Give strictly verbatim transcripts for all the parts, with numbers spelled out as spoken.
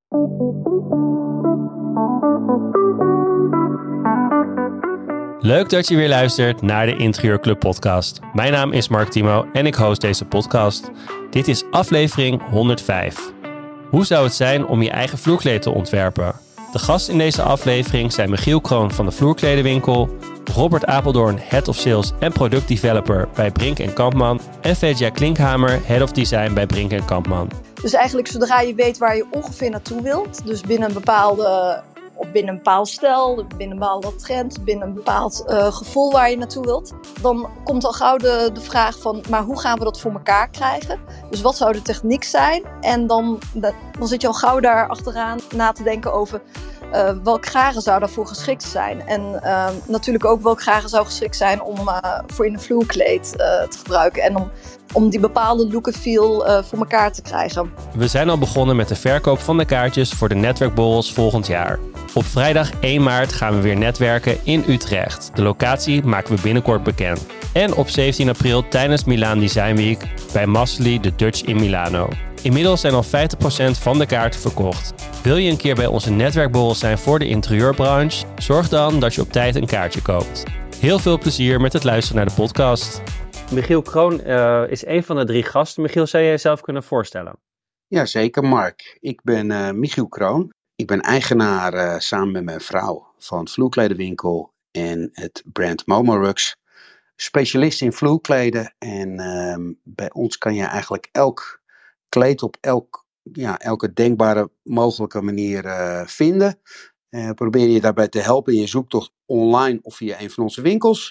Leuk dat je weer luistert naar de Interieurclub podcast. Mijn naam is Mark Timo en ik host deze podcast. Dit is aflevering honderdvijf. Hoe zou het zijn om je eigen vloerkleed te ontwerpen? De gasten in deze aflevering zijn Michiel Kroon van de Vloerkledenwinkel, Robert Apeldoorn, Head of Sales en Product Developer bij Brink en Kampman en Vedja Klinkhamer, Head of Design bij Brink en Kampman. Dus eigenlijk zodra je weet waar je ongeveer naartoe wilt, dus binnen een bepaalde, of binnen een bepaald stijl, binnen een bepaalde trend, binnen een bepaald uh, gevoel waar je naartoe wilt, dan komt al gauw de, de vraag van, maar hoe gaan we dat voor elkaar krijgen? Dus wat zou de techniek zijn? En dan, dan zit je al gauw daar achteraan na te denken over uh, welk garen zou daarvoor geschikt zijn. En uh, natuurlijk ook welk garen zou geschikt zijn om uh, voor in een vloerkleed uh, te gebruiken en om om die bepaalde look en feel uh, voor elkaar te krijgen. We zijn al begonnen met de verkoop van de kaartjes voor de netwerkborrels volgend jaar. Op vrijdag één maart gaan we weer netwerken in Utrecht. De locatie maken we binnenkort bekend. En op zeventien april tijdens Milaan Design Week bij Masli de Dutch in Milano. Inmiddels zijn al vijftig procent van de kaarten verkocht. Wil je een keer bij onze netwerkborrel zijn voor de interieurbranche? Zorg dan dat je op tijd een kaartje koopt. Heel veel plezier met het luisteren naar de podcast. Michiel Kroon uh, is een van de drie gasten. Michiel, zou je jezelf kunnen voorstellen? Jazeker, Mark. Ik ben uh, Michiel Kroon. Ik ben eigenaar uh, samen met mijn vrouw van Vloerkledenwinkel en het brand Momorux. Specialist in vloerkleden. En uh, bij ons kan je eigenlijk elk kleed op elk, ja, elke denkbare mogelijke manier uh, vinden. Uh, probeer je daarbij te helpen in je zoektocht online of via een van onze winkels.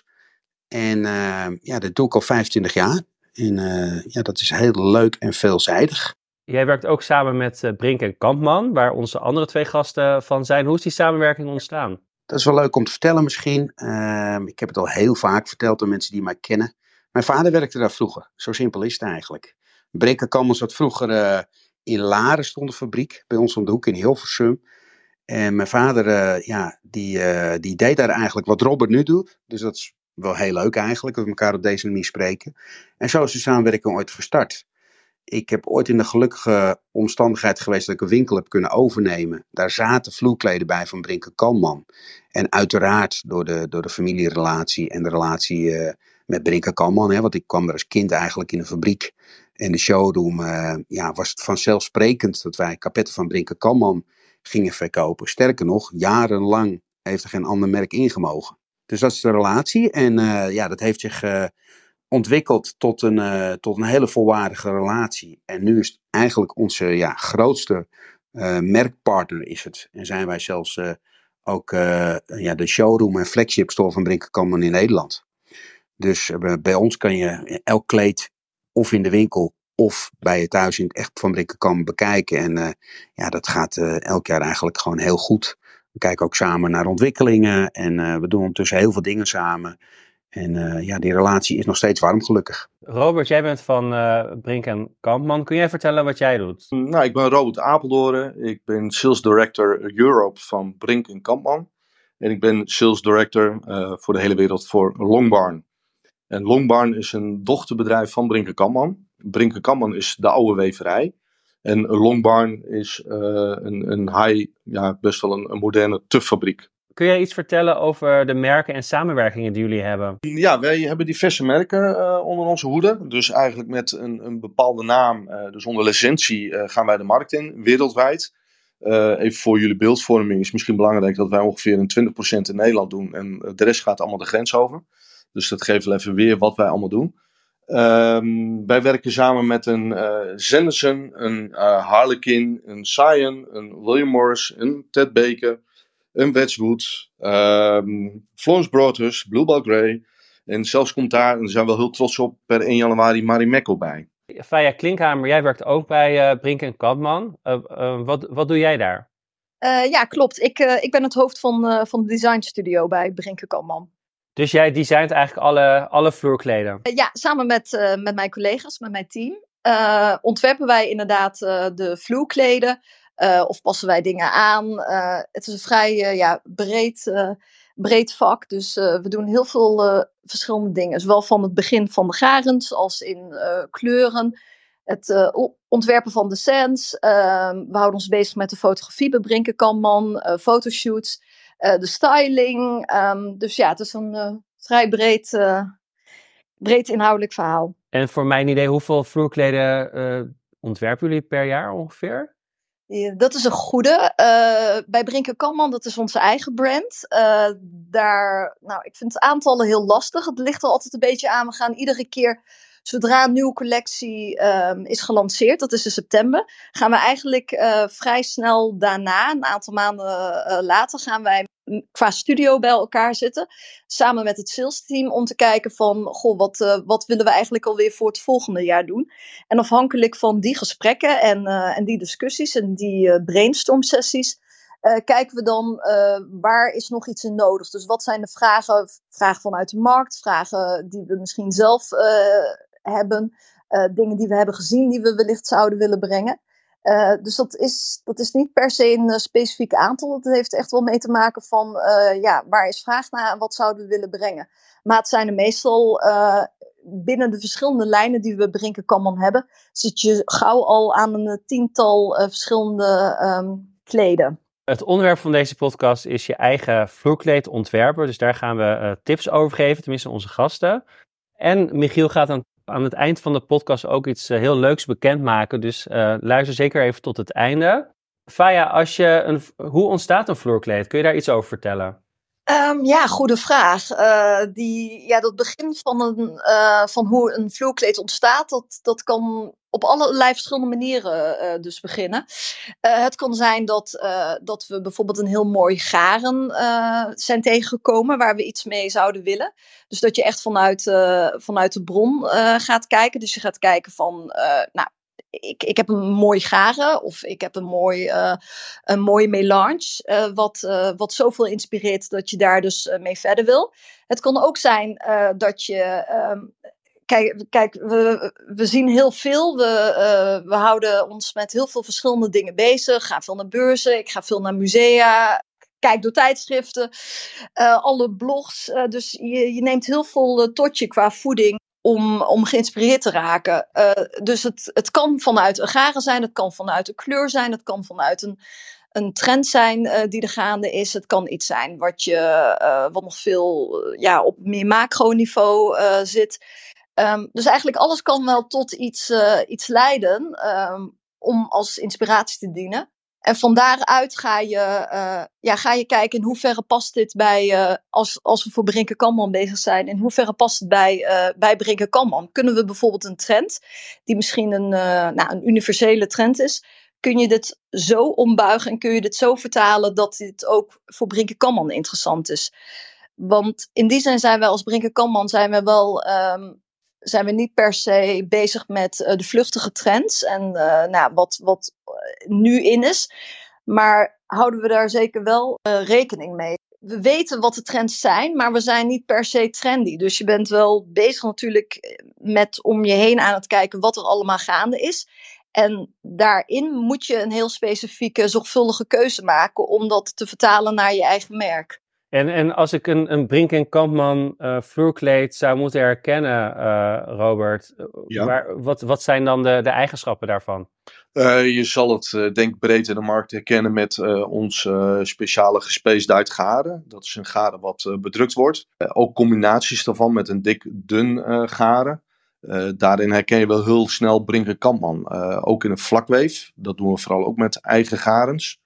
En uh, ja, dat doe ik al vijfentwintig jaar. En uh, ja, dat is heel leuk en veelzijdig. Jij werkt ook samen met uh, Brink en Kampman, waar onze andere twee gasten van zijn. Hoe is die samenwerking ontstaan? Dat is wel leuk om te vertellen misschien. Uh, ik heb het al heel vaak verteld aan mensen die mij kennen. Mijn vader werkte daar vroeger. Zo simpel is het eigenlijk. Brink en Kampman zat vroeger uh, in Laren, stond de fabriek. Bij ons om de hoek in Hilversum. En mijn vader, uh, ja, die, uh, die deed daar eigenlijk wat Robert nu doet. Dus dat is wel heel leuk eigenlijk, dat we elkaar op deze manier spreken. En zo is de samenwerking ooit gestart. Ik heb ooit in de gelukkige omstandigheid geweest dat ik een winkel heb kunnen overnemen. Daar zaten vloerkleden bij van Brink en Kampman. En uiteraard door de, door de familierelatie en de relatie uh, met Brink en Kampman. Hè, want ik kwam er als kind eigenlijk in een fabriek. En de showroom uh, ja, was het vanzelfsprekend dat wij kapetten van Brink en Kampman gingen verkopen. Sterker nog, jarenlang heeft er geen ander merk ingemogen. Dus dat is de relatie en uh, ja, dat heeft zich uh, ontwikkeld tot een, uh, tot een hele volwaardige relatie. En nu is het eigenlijk onze ja, grootste uh, merkpartner is het. En zijn wij zelfs uh, ook uh, ja, de showroom en flagship store van Brink en Kampman in Nederland. Dus uh, bij ons kan je elk kleed of in de winkel of bij je thuis in het echt van Brink en Kampman bekijken. En uh, ja, dat gaat uh, elk jaar eigenlijk gewoon heel goed. We kijken ook samen naar ontwikkelingen en uh, we doen ondertussen heel veel dingen samen. En uh, ja, die relatie is nog steeds warm, gelukkig. Robert, jij bent van uh, Brink en Kampman. Kun jij vertellen wat jij doet? Nou, ik ben Robert Apeldoorn. Ik ben Sales Director Europe van Brink en Kampman. En ik ben Sales Director uh, voor de hele wereld voor Longbarn. En Longbarn is een dochterbedrijf van Brink en Kampman. Brink en Kampman is de oude weverij. En Longbarn is uh, een, een high, ja, best wel een, een moderne tuffabriek. Kun jij iets vertellen over de merken en samenwerkingen die jullie hebben? Ja, wij hebben diverse merken uh, onder onze hoede. Dus eigenlijk met een, een bepaalde naam, uh, dus onder licentie, uh, gaan wij de markt in, wereldwijd. Uh, even voor jullie beeldvorming is misschien belangrijk dat wij ongeveer een twintig procent in Nederland doen. En de rest gaat allemaal de grens over. Dus dat geeft wel even weer wat wij allemaal doen. Um, wij werken samen met een uh, Zenderson, een uh, Harlequin, een Scion, een William Morris, een Ted Baker, een Wedgwood, um, Florence Brothers, Bluebell Grey. En zelfs komt daar, en daar zijn we wel heel trots op, per één januari Marimekko bij. Vedja Klinkhamer, jij werkt ook bij uh, Brink en Kampman. Uh, uh, wat, wat doe jij daar? Uh, ja, klopt. Ik, uh, ik ben het hoofd van, uh, van de designstudio bij Brink en Kampman. Dus jij designt eigenlijk alle, alle vloerkleden? Uh, ja, samen met, uh, met mijn collega's, met mijn team, uh, ontwerpen wij inderdaad uh, de vloerkleden. Uh, of passen wij dingen aan. Uh, het is een vrij uh, ja, breed, uh, breed vak. Dus uh, we doen heel veel uh, verschillende dingen. Zowel van het begin van de garens als in uh, kleuren. het uh, ontwerpen van descents. Uh, we houden ons bezig met de fotografie bij Brinker Kamman, uh, fotoshoots, uh, de styling. Um, dus ja, het is een uh, vrij breed, uh, breed inhoudelijk verhaal. En voor mijn idee, hoeveel vloerkleden uh, ontwerpen jullie per jaar ongeveer? Ja, dat is een goede. Uh, bij Brinker Kamman, dat is onze eigen brand. Uh, daar, nou, ik vind het aantallen heel lastig. Het ligt er altijd een beetje aan. We gaan iedere keer, zodra een nieuwe collectie um, is gelanceerd, dat is in september, gaan we eigenlijk uh, vrij snel daarna, een aantal maanden uh, later, gaan wij qua studio bij elkaar zitten, samen met het sales team, om te kijken van, goh, wat, uh, wat willen we eigenlijk alweer voor het volgende jaar doen? En afhankelijk van die gesprekken en, uh, en die discussies en die uh, brainstorm sessies, uh, kijken we dan uh, waar is nog iets in nodig. Dus wat zijn de vragen, vragen vanuit de markt, vragen die we misschien zelf uh, hebben, uh, dingen die we hebben gezien die we wellicht zouden willen brengen. Uh, dus dat is, dat is niet per se een uh, specifiek aantal. Het heeft echt wel mee te maken van, uh, ja, waar is vraag naar en wat zouden we willen brengen. Maar het zijn er meestal, uh, binnen de verschillende lijnen die we bij Brinker Kamman hebben, zit je gauw al aan een tiental uh, verschillende um, kleden. Het onderwerp van deze podcast is je eigen vloerkleed ontwerpen. Dus daar gaan we uh, tips over geven, tenminste onze gasten. En Michiel gaat aan aan het eind van de podcast ook iets uh, heel leuks bekendmaken. Dus uh, luister zeker even tot het einde. Faya, als je een, hoe ontstaat een vloerkleed? Kun je daar iets over vertellen? Um, ja, goede vraag. Uh, die, ja, dat begin van, een, uh, van hoe een vloerkleed ontstaat, dat, dat kan op allerlei verschillende manieren uh, dus beginnen. Uh, het kan zijn dat, uh, dat we bijvoorbeeld een heel mooi garen uh, zijn tegengekomen waar we iets mee zouden willen. Dus dat je echt vanuit, uh, vanuit de bron uh, gaat kijken. Dus je gaat kijken van, uh, nou, Ik, ik heb een mooi garen of ik heb een mooi, uh, een mooie melange, uh, wat, uh, wat zoveel inspireert dat je daar dus uh, mee verder wil. Het kan ook zijn uh, dat je, um, kijk, kijk we, we zien heel veel, we, uh, we houden ons met heel veel verschillende dingen bezig, gaan veel naar beurzen, ik ga veel naar musea, kijk door tijdschriften, uh, alle blogs, uh, dus je, je neemt heel veel uh, tot je qua voeding. Om, om geïnspireerd te raken. Uh, dus het, het kan vanuit een garen zijn, het kan vanuit een kleur zijn, het kan vanuit een, een trend zijn uh, die er gaande is. Het kan iets zijn wat, je, uh, wat nog veel uh, ja, op meer macroniveau uh, zit. Um, dus eigenlijk alles kan wel tot iets, uh, iets leiden um, om als inspiratie te dienen. En van daaruit ga je, uh, ja, ga je kijken in hoeverre past dit bij, uh, als, als we voor Brinker Kamman bezig zijn, in hoeverre past het bij, uh, bij Brinker Kamman. Kunnen we bijvoorbeeld een trend, die misschien een, uh, nou, een universele trend is, kun je dit zo ombuigen en kun je dit zo vertalen dat dit ook voor Brinker Kamman interessant is. Want in die zin zijn wij als Brinker Kamman zijn we wel... Um, zijn we niet per se bezig met uh, de vluchtige trends en uh, nou, wat, wat nu in is. Maar houden we daar zeker wel uh, rekening mee. We weten wat de trends zijn, maar we zijn niet per se trendy. Dus je bent wel bezig natuurlijk met om je heen aan het kijken wat er allemaal gaande is. En daarin moet je een heel specifieke, zorgvuldige keuze maken om dat te vertalen naar je eigen merk. En, en als ik een, een Brinker Kamman uh, vloerkleed zou moeten herkennen, uh, Robert, Ja. waar, wat, wat zijn dan de, de eigenschappen daarvan? Uh, je zal het uh, denk ik breed in de markt herkennen met uh, ons uh, speciale gespaced garen. Dat is een garen wat uh, bedrukt wordt. Uh, ook combinaties daarvan met een dik dun uh, garen. Uh, daarin herken je wel heel snel Brinker Kamman. Uh, ook in een vlakweef. Dat doen we vooral ook met eigen garens.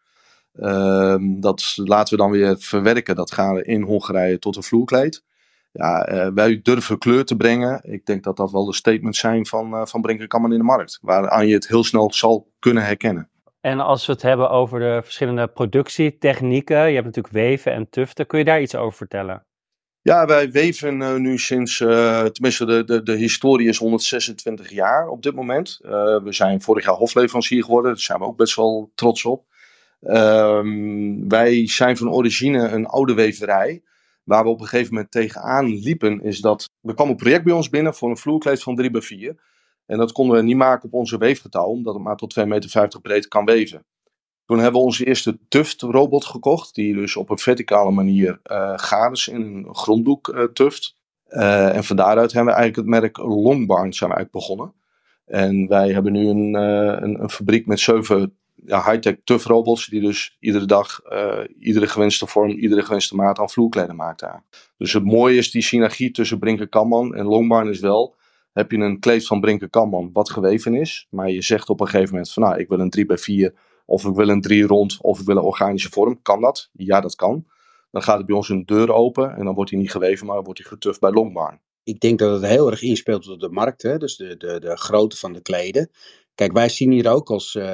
Uh, dat laten we dan weer verwerken, dat garen in Hongarije tot een vloerkleed. Ja, uh, wij durven kleur te brengen. Ik denk dat dat wel de statements zijn van, uh, van Brinker Kamman in de markt. Waaraan je het heel snel zal kunnen herkennen. En als we het hebben over de verschillende productietechnieken. Je hebt natuurlijk weven en tuften. Kun je daar iets over vertellen? Ja, wij weven uh, nu sinds, uh, tenminste de, de, de historie is honderdzesentwintig jaar op dit moment. Uh, we zijn vorig jaar hofleverancier geworden. Daar zijn we ook best wel trots op. Um, wij zijn van origine een oude weverij. Waar we op een gegeven moment tegenaan liepen is dat... Er kwam een project bij ons binnen voor een vloerkleed van drie bij vier. En dat konden we niet maken op onze weefgetouw. Omdat het maar tot twee meter vijftig breed kan weven. Toen hebben we onze eerste tuft robot gekocht. Die dus op een verticale manier uh, garens in een gronddoek uh, tuft. Uh, en van daaruit hebben we eigenlijk het merk Longbarn zijn we eigenlijk begonnen. En wij hebben nu een, uh, een, een fabriek met zeven ja, high-tech T U F-robots, die dus iedere dag, uh, iedere gewenste vorm, iedere gewenste maat aan vloerkleden maakt daar. Dus het mooie is die synergie tussen Brinker Kamman en Longbarn is wel, heb je een kleed van Brinker Kamman wat geweven is, maar je zegt op een gegeven moment van nou, ik wil een drie bij vier, of ik wil een drie rond, of ik wil een organische vorm. Kan dat? Ja, dat kan. Dan gaat er bij ons een deur open en dan wordt hij niet geweven, maar dan wordt hij getuft bij Longbarn. Ik denk dat het heel erg inspeelt op de markt, hè? Dus de, de, de grootte van de kleden. Kijk, wij zien hier ook als, uh,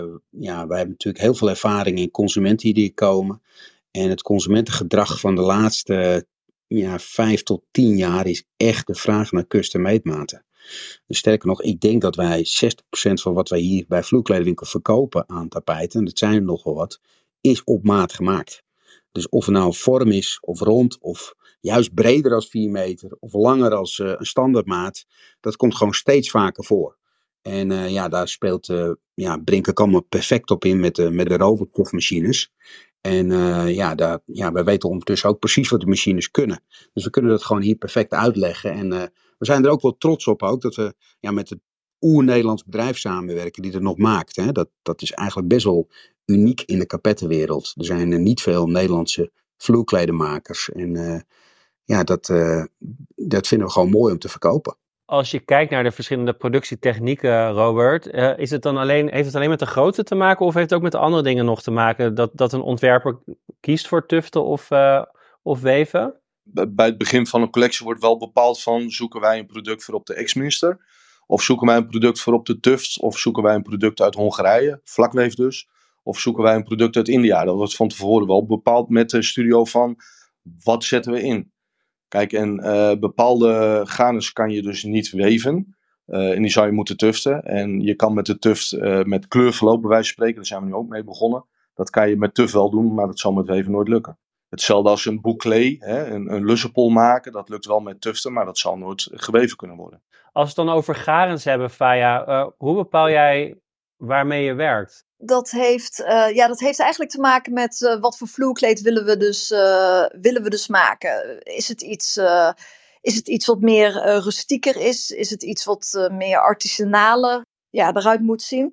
ja, wij hebben natuurlijk heel veel ervaring in consumenten die hier komen. En het consumentengedrag van de laatste ja, vijf tot tien jaar is echt de vraag naar custom-made maten. Dus sterker nog, ik denk dat wij zestig procent van wat wij hier bij Vloerkleedwinkel verkopen aan tapijten, en dat zijn er nogal wat, is op maat gemaakt. Dus of het nou een vorm is, of rond, of juist breder als vier meter, of langer als uh, een standaardmaat, dat komt gewoon steeds vaker voor. En uh, ja, daar speelt uh, ja, Brinker Kamman perfect op in met, uh, met de robotproefmachines. En uh, ja, daar, ja, wij weten ondertussen ook precies wat de machines kunnen. Dus we kunnen dat gewoon hier perfect uitleggen. En uh, we zijn er ook wel trots op ook, dat we ja, met het oer-Nederlands bedrijf samenwerken die het nog maakt. Hè. Dat, dat is eigenlijk best wel uniek in de carpettenwereld. Er zijn uh, niet veel Nederlandse vloerkledenmakers. En uh, ja, dat, uh, dat vinden we gewoon mooi om te verkopen. Als je kijkt naar de verschillende productietechnieken, Robert, uh, is het dan alleen, heeft het alleen met de grootte te maken of heeft het ook met de andere dingen nog te maken? Dat, dat een ontwerper kiest voor tuften of, uh, of weven? Bij het begin van een collectie wordt wel bepaald van, zoeken wij een product voor op de X-Minster? Of zoeken wij een product voor op de Tufts? Of zoeken wij een product uit Hongarije, vlakweef dus? Of zoeken wij een product uit India? Dat wordt van tevoren wel bepaald met de studio van, wat zetten we in? Kijk, en uh, bepaalde garnes kan je dus niet weven. Uh, en die zou je moeten tuften. En je kan met de tuft uh, met kleurverloop bij wijze van spreken, daar zijn we nu ook mee begonnen. Dat kan je met tuf wel doen, maar dat zal met weven nooit lukken. Hetzelfde als een bouclé, hè, een, een lussepol maken. Dat lukt wel met tuften, maar dat zal nooit geweven kunnen worden. Als we het dan over garens hebben, Faya, uh, hoe bepaal jij waarmee je werkt? Dat heeft, uh, ja, dat heeft eigenlijk te maken met uh, wat voor vloerkleed willen we dus, uh, willen we dus maken. Is het iets, uh, is het iets wat meer uh, rustieker is? Is het iets wat uh, meer artisanaler ja, eruit moet zien?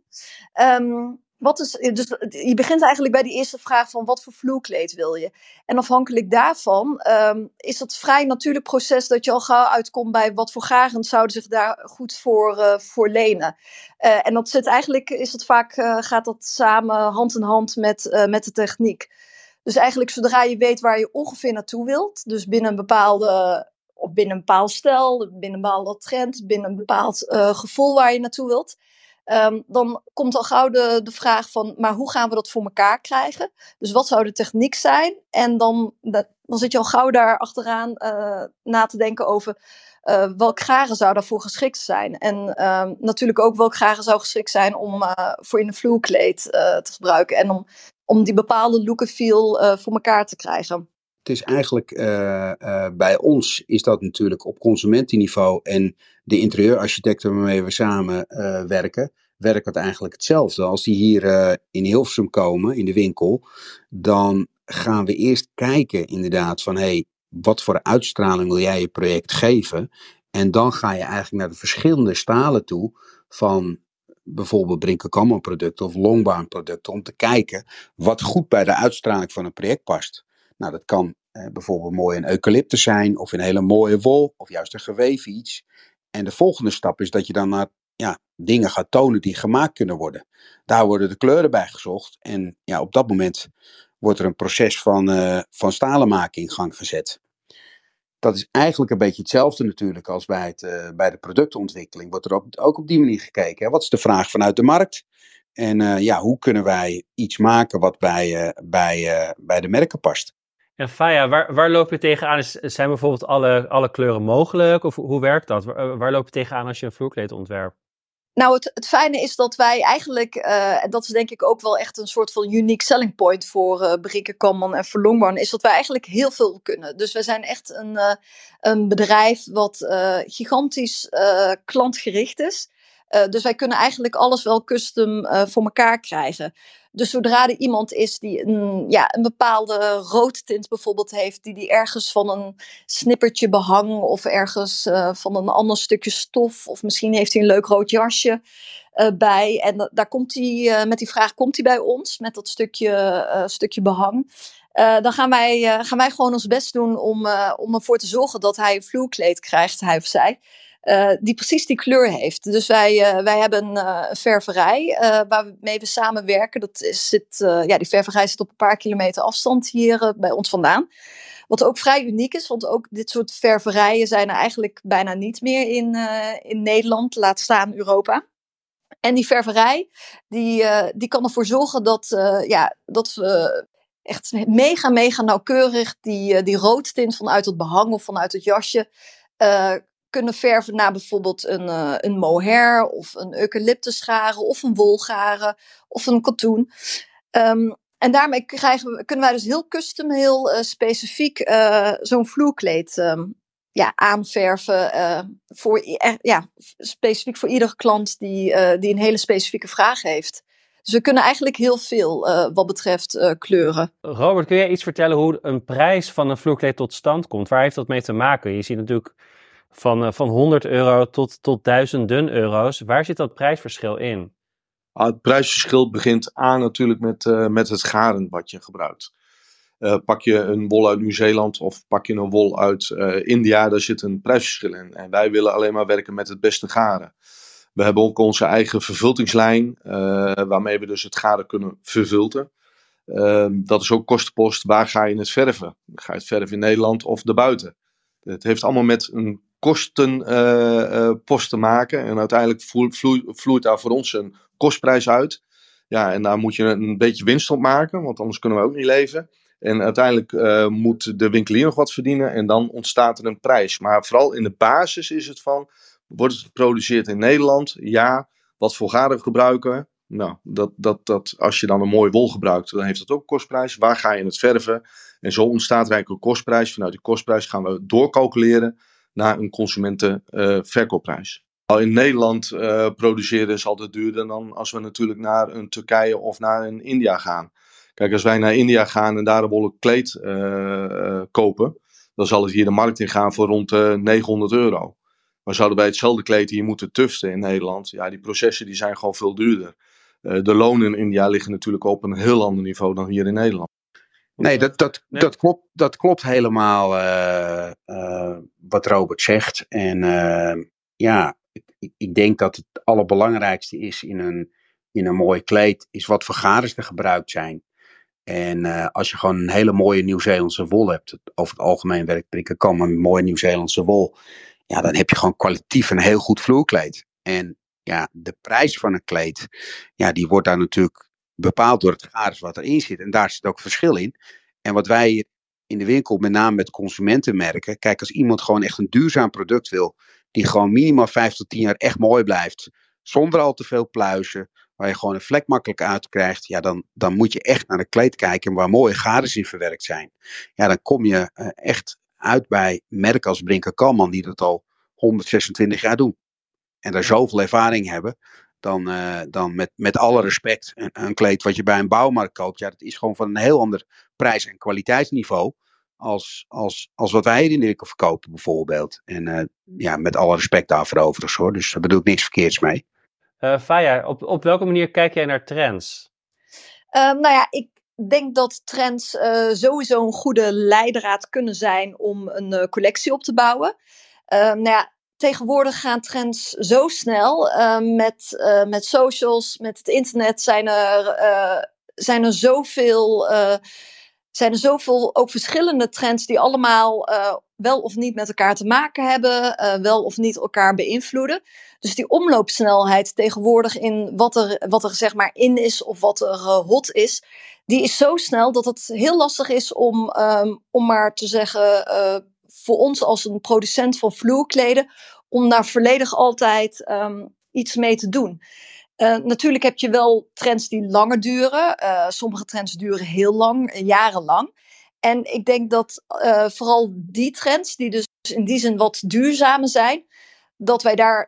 Um, Wat is, dus je begint eigenlijk bij die eerste vraag van wat voor vloerkleed wil je? En afhankelijk daarvan um, is het vrij natuurlijk proces dat je al gauw uitkomt bij wat voor garens zouden zich daar goed voor, uh, voor lenen. Uh, en dat zit eigenlijk, is het vaak, uh, gaat dat samen hand in hand met, uh, met de techniek. Dus eigenlijk zodra je weet waar je ongeveer naartoe wilt, dus binnen een bepaalde, of binnen een bepaald stijl, binnen een bepaalde trend, binnen een bepaald uh, gevoel waar je naartoe wilt, Um, dan komt al gauw de, de vraag van, maar hoe gaan we dat voor elkaar krijgen? Dus wat zou de techniek zijn? En dan, dat, dan zit je al gauw daar achteraan uh, na te denken over uh, welk garen zou daarvoor geschikt zijn. En um, natuurlijk ook welk garen zou geschikt zijn om uh, voor in een vloerkleed uh, te gebruiken. En om, om die bepaalde look en feel uh, voor elkaar te krijgen. Het is eigenlijk, uh, uh, bij ons is dat natuurlijk op consumentenniveau en de interieurarchitecten waarmee we samen uh, werken, werkt het eigenlijk hetzelfde. Als die hier uh, in Hilversum komen, in de winkel, dan gaan we eerst kijken inderdaad van, hey, wat voor uitstraling wil jij je project geven? En dan ga je eigenlijk naar de verschillende stalen toe van bijvoorbeeld Brinker Kamman producten of Longbarn producten, om te kijken wat goed bij de uitstraling van een project past. Nou, dat kan eh, bijvoorbeeld mooi een eucalyptus zijn, of een hele mooie wol, of juist een geweven iets. En de volgende stap is dat je dan naar ja, dingen gaat tonen die gemaakt kunnen worden. Daar worden de kleuren bij gezocht. En ja, op dat moment wordt er een proces van, uh, van stalen maken in gang gezet. Dat is eigenlijk een beetje hetzelfde natuurlijk als bij, het, uh, bij de productontwikkeling. Wordt er op, ook op die manier gekeken. Hè? Wat is de vraag vanuit de markt? En uh, ja, hoe kunnen wij iets maken wat bij, uh, bij, uh, bij de merken past? En Faya, waar, waar loop je tegenaan? Zijn bijvoorbeeld alle, alle kleuren mogelijk? Of hoe werkt dat? Waar, waar loop je tegenaan als je een vloerkleed ontwerpt? Nou, het, het fijne is dat wij eigenlijk, uh, en dat is denk ik ook wel echt een soort van unique selling point voor uh, Brinker Kamman en voor Longbarn, is dat wij eigenlijk heel veel kunnen. Dus wij zijn echt een, uh, een bedrijf wat uh, gigantisch uh, klantgericht is. Uh, dus wij kunnen eigenlijk alles wel custom uh, voor elkaar krijgen. Dus zodra er iemand is die een, ja, een bepaalde roodtint bijvoorbeeld heeft, die die ergens van een snippertje behang of ergens uh, van een ander stukje stof, of misschien heeft hij een leuk rood jasje uh, bij. En uh, daar komt hij, uh, met die vraag komt hij bij ons, met dat stukje, uh, stukje behang. Uh, dan gaan wij, uh, gaan wij gewoon ons best doen om, uh, om ervoor te zorgen dat hij een vloerkleed krijgt, hij of zij. Uh, die precies die kleur heeft. Dus wij, uh, wij hebben uh, een ververij uh, waarmee we samenwerken. Dat is, zit, uh, ja, die ververij zit op een paar kilometer afstand hier uh, bij ons vandaan. Wat ook vrij uniek is, want ook dit soort ververijen zijn er eigenlijk bijna niet meer in, uh, in Nederland, laat staan Europa. En die ververij, die, uh, die kan ervoor zorgen dat, uh, ja, dat we echt mega, mega nauwkeurig die, uh, die roodtint vanuit het behang of vanuit het jasje uh, kunnen verven naar bijvoorbeeld een, uh, een mohair of een eucalyptusgaren of een wolgaren of een katoen. Um, en daarmee krijgen we, kunnen wij dus heel custom, heel uh, specifiek uh, zo'n vloerkleed um, ja, aanverven. Uh, voor, uh, ja, specifiek voor iedere klant die, uh, die een hele specifieke vraag heeft. Dus we kunnen eigenlijk heel veel uh, wat betreft uh, kleuren. Robert, kun jij iets vertellen hoe een prijs van een vloerkleed tot stand komt? Waar heeft dat mee te maken? Je ziet natuurlijk van, uh, van honderd euro tot, tot duizenden euro's. Waar zit dat prijsverschil in? Ah, het prijsverschil begint aan natuurlijk met, uh, met het garen wat je gebruikt. Uh, pak je een wol uit Nieuw-Zeeland of pak je een wol uit uh, India, daar zit een prijsverschil in. En wij willen alleen maar werken met het beste garen. We hebben ook onze eigen vervultingslijn, uh, waarmee we dus het garen kunnen vervulten. Uh, dat is ook kostenpost. Waar ga je het verven? Ga je het verven in Nederland of daarbuiten? Het heeft allemaal met een kostenpost uh, uh, te maken. En uiteindelijk vloeit, vloeit daar voor ons een kostprijs uit. Ja, en daar moet je een beetje winst op maken, want anders kunnen we ook niet leven. En uiteindelijk uh, moet de winkelier nog wat verdienen en dan ontstaat er een prijs. Maar vooral in de basis is het van, wordt het geproduceerd in Nederland? Ja. Wat voor garen gebruiken we? Nou, dat, dat, dat, als je dan een mooie wol gebruikt, dan heeft dat ook een kostprijs. Waar ga je het verven? En zo ontstaat er eigenlijk een kostprijs. Vanuit die kostprijs gaan we doorcalculeren naar een consumentenverkoopprijs. Uh, in Nederland uh, produceren is altijd duurder dan als we natuurlijk naar een Turkije of naar een India gaan. Kijk, als wij naar India gaan en daar een wollen kleed uh, uh, kopen, dan zal het hier de markt in gaan voor rond uh, negenhonderd euro. Maar zouden wij hetzelfde kleed hier moeten tuften in Nederland, ja, die processen die zijn gewoon veel duurder. Uh, de lonen in India liggen natuurlijk op een heel ander niveau dan hier in Nederland. Nee, dat, dat, nee. dat, klopt, dat klopt helemaal uh, uh, wat Robert zegt. En uh, ja, ik, ik denk dat het allerbelangrijkste is in een, in een mooi kleed, is wat voor garen er gebruikt zijn. En uh, als je gewoon een hele mooie Nieuw-Zeelandse wol hebt, over het algemeen werkt prikken kan, maar een mooie Nieuw-Zeelandse wol, ja, dan heb je gewoon kwalitatief een heel goed vloerkleed. En ja, de prijs van een kleed, ja, die wordt daar natuurlijk bepaald door het garen wat erin zit. En daar zit ook verschil in. En wat wij in de winkel met name met consumenten merken, kijk, als iemand gewoon echt een duurzaam product wil, die gewoon minimaal vijf tot tien jaar echt mooi blijft, zonder al te veel pluizen, waar je gewoon een vlek makkelijk uit krijgt, ja, dan, dan moet je echt naar de kleed kijken waar mooie garen in verwerkt zijn. Ja, dan kom je uh, echt uit bij merken als Brinker Kalman, die dat al honderdzesentwintig jaar doen. En daar zoveel ervaring hebben, dan, uh, dan met, met alle respect, een, een kleed wat je bij een bouwmarkt koopt, ja, dat is gewoon van een heel ander prijs- en kwaliteitsniveau als, als, als wat wij hier in de winkel verkopen bijvoorbeeld. En uh, ja, met alle respect daarvoor overigens hoor, dus daar bedoel ik niks verkeerds mee. Uh, Faya, op, op welke manier kijk jij naar trends? Uh, nou ja, ik denk dat trends uh, sowieso een goede leidraad kunnen zijn om een uh, collectie op te bouwen. Uh, nou ja, tegenwoordig gaan trends zo snel. Uh, met, uh, met socials, met het internet zijn er, uh, zijn er zoveel... Uh, zijn er zoveel ook verschillende trends die allemaal uh, wel of niet met elkaar te maken hebben, uh, wel of niet elkaar beïnvloeden. Dus die omloopsnelheid tegenwoordig in wat er, wat er zeg maar in is of wat er uh, hot is, die is zo snel dat het heel lastig is om, um, om maar te zeggen, uh, voor ons als een producent van vloerkleden, om daar volledig altijd um, iets mee te doen. Uh, natuurlijk heb je wel trends die langer duren. Uh, sommige trends duren heel lang, jarenlang. En ik denk dat uh, vooral die trends, die dus in die zin wat duurzamer zijn, dat wij daar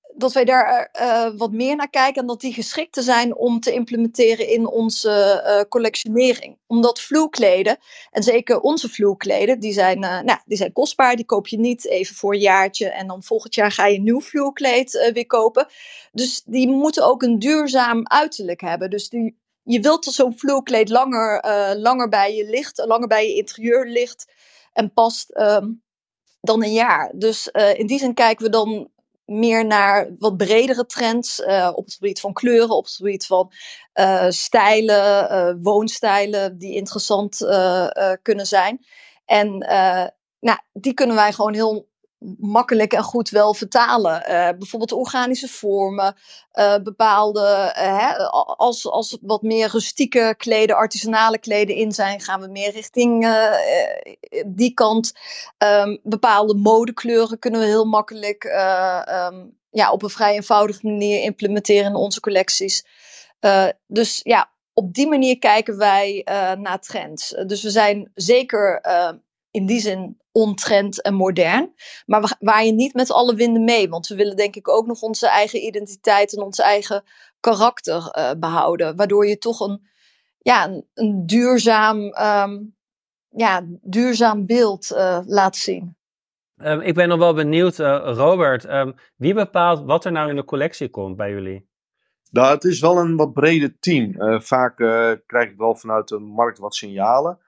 dat wij daar uh, wat meer naar kijken en dat die geschikter zijn om te implementeren in onze uh, collectionering. Omdat vloerkleden, en zeker onze vloerkleden, die zijn, uh, nou, die zijn kostbaar. Die koop je niet even voor een jaartje en dan volgend jaar ga je een nieuw vloerkleed uh, weer kopen. Dus die moeten ook een duurzaam uiterlijk hebben. Dus die, je wilt dat zo'n vloerkleed langer, uh, langer bij je ligt, langer bij je interieur ligt en past um, dan een jaar. Dus uh, in die zin kijken we dan meer naar wat bredere trends uh, op het gebied van kleuren, op het gebied van uh, stijlen, uh, woonstijlen die interessant uh, uh, kunnen zijn. En uh, nou, die kunnen wij gewoon heel makkelijk en goed wel vertalen. Uh, bijvoorbeeld organische vormen, uh, bepaalde, uh, hè, als, als wat meer rustieke kleden, artisanale kleden in zijn, gaan we meer richting uh, die kant. Um, bepaalde modekleuren kunnen we heel makkelijk uh, um, ja, op een vrij eenvoudige manier implementeren in onze collecties. Uh, dus ja, op die manier kijken wij uh, naar trends. Uh, dus we zijn zeker uh, in die zin ontrend en modern, maar we waaien niet met alle winden mee, want we willen denk ik ook nog onze eigen identiteit en ons eigen karakter uh, behouden, waardoor je toch een, ja, een, een duurzaam, um, ja, duurzaam beeld uh, laat zien. Um, ik ben nog wel benieuwd, uh, Robert, um, wie bepaalt wat er nou in de collectie komt bij jullie? Nou, het is wel een wat breder team. Uh, vaak uh, krijg ik wel vanuit de markt wat signalen.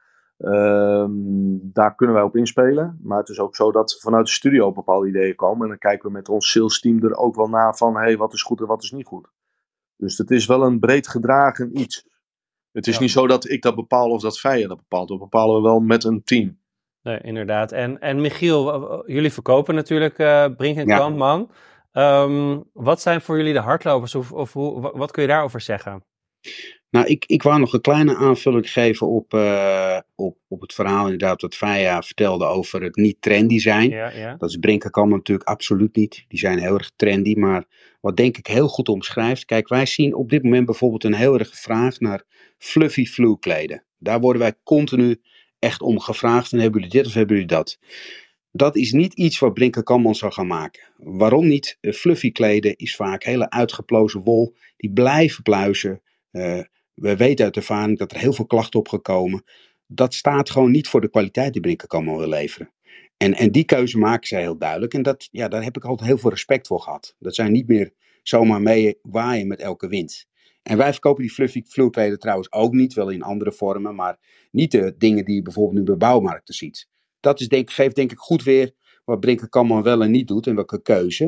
Um, daar kunnen wij op inspelen. Maar het is ook zo dat vanuit de studio bepaalde ideeën komen. En dan kijken we met ons sales team er ook wel naar van, hé, hey, wat is goed en wat is niet goed. Dus het is wel een breed gedragen iets. Het is ja. niet zo dat ik dat bepaal of dat Feije dat bepaalt. Dat bepalen we wel met een team. Nee, inderdaad. En, en Michiel, jullie verkopen natuurlijk uh, Brink en Kamp, man. Um, wat zijn voor jullie de hardlopers? Of, of hoe, wat kun je daarover zeggen? Nou, ik, ik wou nog een kleine aanvulling geven op, uh, op, op het verhaal inderdaad wat Feija vertelde over het niet trendy zijn. Ja, ja. Dat is Brink en Kamp natuurlijk absoluut niet. Die zijn heel erg trendy, maar wat denk ik heel goed omschrijft. Kijk, wij zien op dit moment bijvoorbeeld een heel erg vraag naar fluffy vloerkleden. Daar worden wij continu echt om gevraagd en hebben jullie dit of hebben jullie dat? Dat is niet iets wat Brink en Kamp zal gaan maken. Waarom niet? Fluffy kleden is vaak hele uitgeplozen wol. Die blijven pluizen. Uh, we weten uit ervaring dat er heel veel klachten op gekomen. Dat staat gewoon niet voor de kwaliteit die Brink en Kamp wil leveren. En, en die keuze maken zij heel duidelijk. En dat, ja, daar heb ik altijd heel veel respect voor gehad. Dat zij niet meer zomaar mee waaien met elke wind. En wij verkopen die fluffy vloerkleden trouwens ook niet. Wel in andere vormen. Maar niet de dingen die je bijvoorbeeld nu bij bouwmarkten ziet. Dat is denk, geeft denk ik goed weer wat Brink en Kamp wel en niet doet. En welke keuze.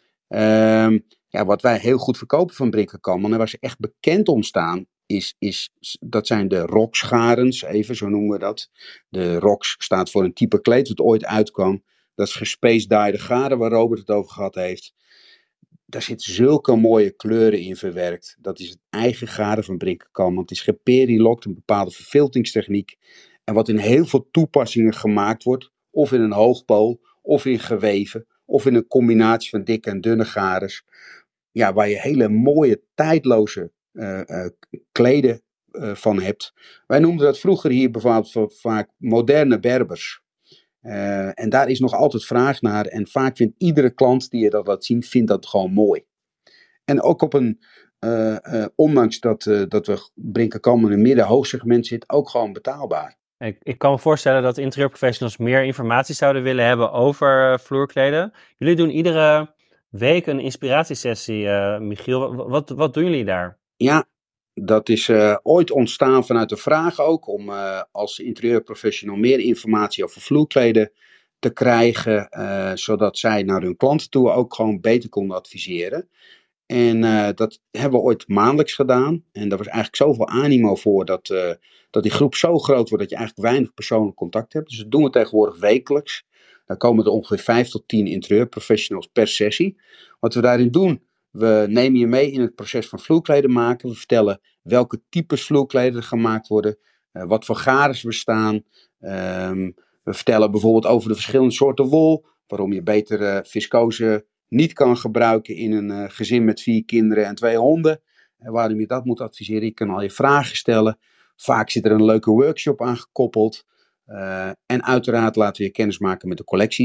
Um, ja, wat wij heel goed verkopen van Brink en Kamp. En waar ze echt bekend om staan. Is, is, dat zijn de rokscharens, even zo noemen we dat. De roks staat voor een type kleed dat ooit uitkwam. Dat is gespaced-dyed garen waar Robert het over gehad heeft. Daar zitten zulke mooie kleuren in verwerkt. Dat is het eigen garen van Brink en Kamp. Want het is geperilokt, een bepaalde verfiltingstechniek. En wat in heel veel toepassingen gemaakt wordt. Of in een hoogpool, of in geweven. Of in een combinatie van dikke en dunne garens. Ja, waar je hele mooie, tijdloze Uh, uh, kleden uh, van hebt. Wij noemden dat vroeger hier bijvoorbeeld vaak moderne Berbers. Uh, en daar is nog altijd vraag naar. En vaak vindt iedere klant die je dat laat zien, vindt dat gewoon mooi. En ook op een, uh, uh, ondanks dat, uh, dat we Brink en Kamp in een midden-hoogsegment zit, ook gewoon betaalbaar. Ik, ik kan me voorstellen dat interieurprofessionals meer informatie zouden willen hebben over uh, vloerkleden. Jullie doen iedere week een inspiratiesessie, uh, Michiel. Wat, wat, wat doen jullie daar? Ja, dat is uh, ooit ontstaan vanuit de vraag ook om uh, als interieurprofessional meer informatie over vloerkleden te krijgen, uh, zodat zij naar hun klanten toe ook gewoon beter konden adviseren. En uh, dat hebben we ooit maandelijks gedaan. En daar was eigenlijk zoveel animo voor dat, uh, dat die groep zo groot wordt dat je eigenlijk weinig persoonlijk contact hebt. Dus dat doen we tegenwoordig wekelijks. Dan komen er ongeveer vijf tot tien interieurprofessionals per sessie. Wat we daarin doen, we nemen je mee in het proces van vloerkleden maken. We vertellen welke types vloerkleden er gemaakt worden. Uh, wat voor garens we staan. Um, we vertellen bijvoorbeeld over de verschillende soorten wol. Waarom je beter uh, viscose niet kan gebruiken in een uh, gezin met vier kinderen en twee honden. En waarom je dat moet adviseren. Je kan al je vragen stellen. Vaak zit er een leuke workshop aan gekoppeld. Uh, en uiteraard laten we je kennis maken met de collecties.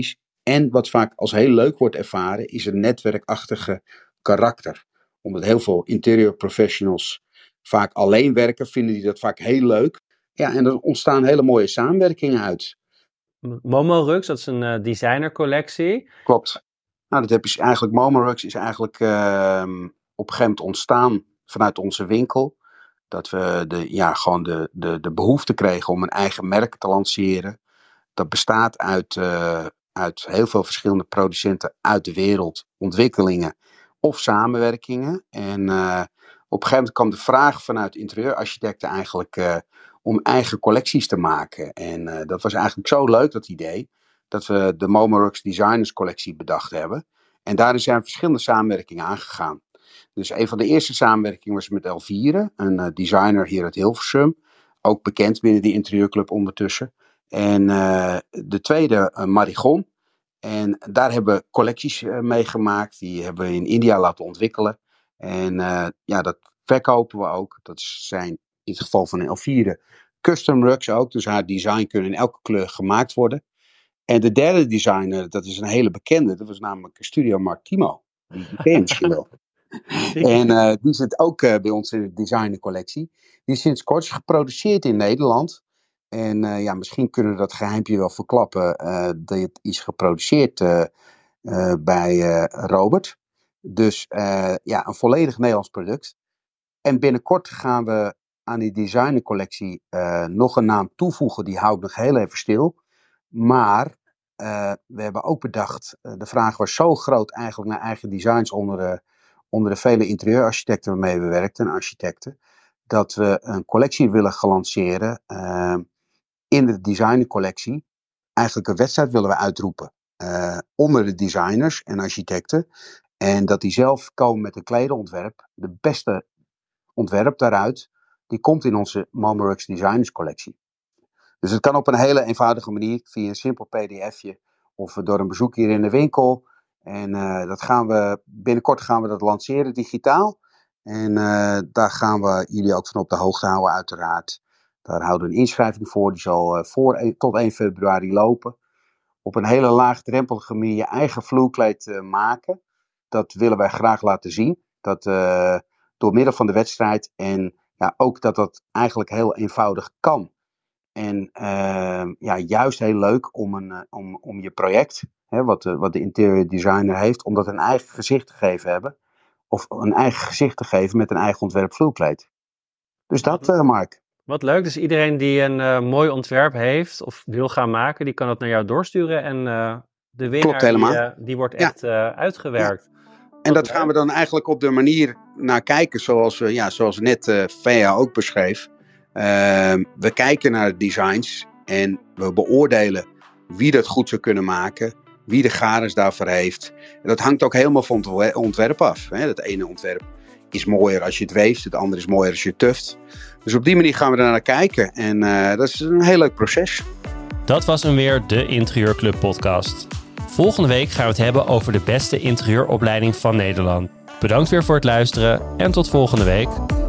En wat vaak als heel leuk wordt ervaren, is een netwerkachtige karakter. Omdat heel veel interior professionals vaak alleen werken, vinden die dat vaak heel leuk. Ja, en er ontstaan hele mooie samenwerkingen uit. Momorux, dat is een uh, designercollectie. Klopt. Nou, dat heb je eigenlijk, Momorux is eigenlijk uh, op een gegeven moment ontstaan vanuit onze winkel. Dat we de, ja, gewoon de, de, de behoefte kregen om een eigen merk te lanceren. Dat bestaat uit, uh, uit heel veel verschillende producenten uit de wereld, ontwikkelingen of samenwerkingen. En uh, op een gegeven moment kwam de vraag vanuit interieurarchitecten eigenlijk uh, om eigen collecties te maken. En uh, dat was eigenlijk zo leuk, dat idee, dat we de Momorux Designers Collectie bedacht hebben. En daarin zijn verschillende samenwerkingen aangegaan. Dus een van de eerste samenwerkingen was met Elvire, een uh, designer hier uit Hilversum. Ook bekend binnen die interieurclub ondertussen. En uh, de tweede, uh, Marigon. En daar hebben we collecties uh, mee gemaakt. Die hebben we in India laten ontwikkelen. En uh, ja, dat verkopen we ook. Dat zijn in het geval van Elvire custom rugs ook. Dus haar design kunnen in elke kleur gemaakt worden. En de derde designer, dat is een hele bekende. Dat was namelijk Studio Martimo. Die ken je misschien wel. En uh, die zit ook uh, bij ons in de designercollectie. Die is sinds kort geproduceerd in Nederland. En uh, ja, misschien kunnen we dat geheimpje wel verklappen. Uh, dat het is geproduceerd uh, uh, bij uh, Robert. Dus uh, ja, een volledig Nederlands product. En binnenkort gaan we aan die designercollectie uh, nog een naam toevoegen. Die houdt nog heel even stil. Maar uh, we hebben ook bedacht, uh, de vraag was zo groot eigenlijk naar eigen designs onder de, onder de vele interieurarchitecten waarmee we werkten en architecten. Dat we een collectie willen gaan lanceren uh, in de designercollectie. Eigenlijk een wedstrijd willen we uitroepen uh, onder de designers en architecten. En dat die zelf komen met een kledenontwerp. De beste ontwerp daaruit, die komt in onze Momorux Designers Collectie. Dus het kan op een hele eenvoudige manier, via een simpel pdfje of door een bezoek hier in de winkel. En uh, dat gaan we, binnenkort gaan we dat lanceren digitaal. En uh, daar gaan we jullie ook van op de hoogte houden uiteraard. Daar houden we een inschrijving voor, die zal uh, voor, tot één februari lopen. Op een hele laagdrempelige manier je eigen vloerkleed uh, maken. Dat willen wij graag laten zien. Dat uh, door middel van de wedstrijd en ja, ook dat dat eigenlijk heel eenvoudig kan. En uh, ja, juist heel leuk om, een, uh, om, om je project, hè, wat, de, wat de interior designer heeft, om dat een eigen gezicht te geven hebben. Of een eigen gezicht te geven met een eigen ontwerp vloerkleed. Dus dat, uh, Mark. Wat leuk. Dus iedereen die een uh, mooi ontwerp heeft of wil gaan maken, die kan het naar jou doorsturen. En uh, de winnaar die, uh, die wordt echt ja. uh, uitgewerkt. Ja. En dat gaan we dan eigenlijk op de manier naar kijken zoals, we, ja, zoals net uh, Fea ook beschreef. Uh, we kijken naar de designs en we beoordelen wie dat goed zou kunnen maken, wie de garens daarvoor heeft. En dat hangt ook helemaal van het ontwerp af. Hè. Dat ene ontwerp is mooier als je het weeft, het andere is mooier als je het tuft. Dus op die manier gaan we er naar kijken en uh, dat is een heel leuk proces. Dat was hem weer, de Interieurclub podcast. Volgende week gaan we het hebben over de beste interieuropleiding van Nederland. Bedankt weer voor het luisteren en tot volgende week.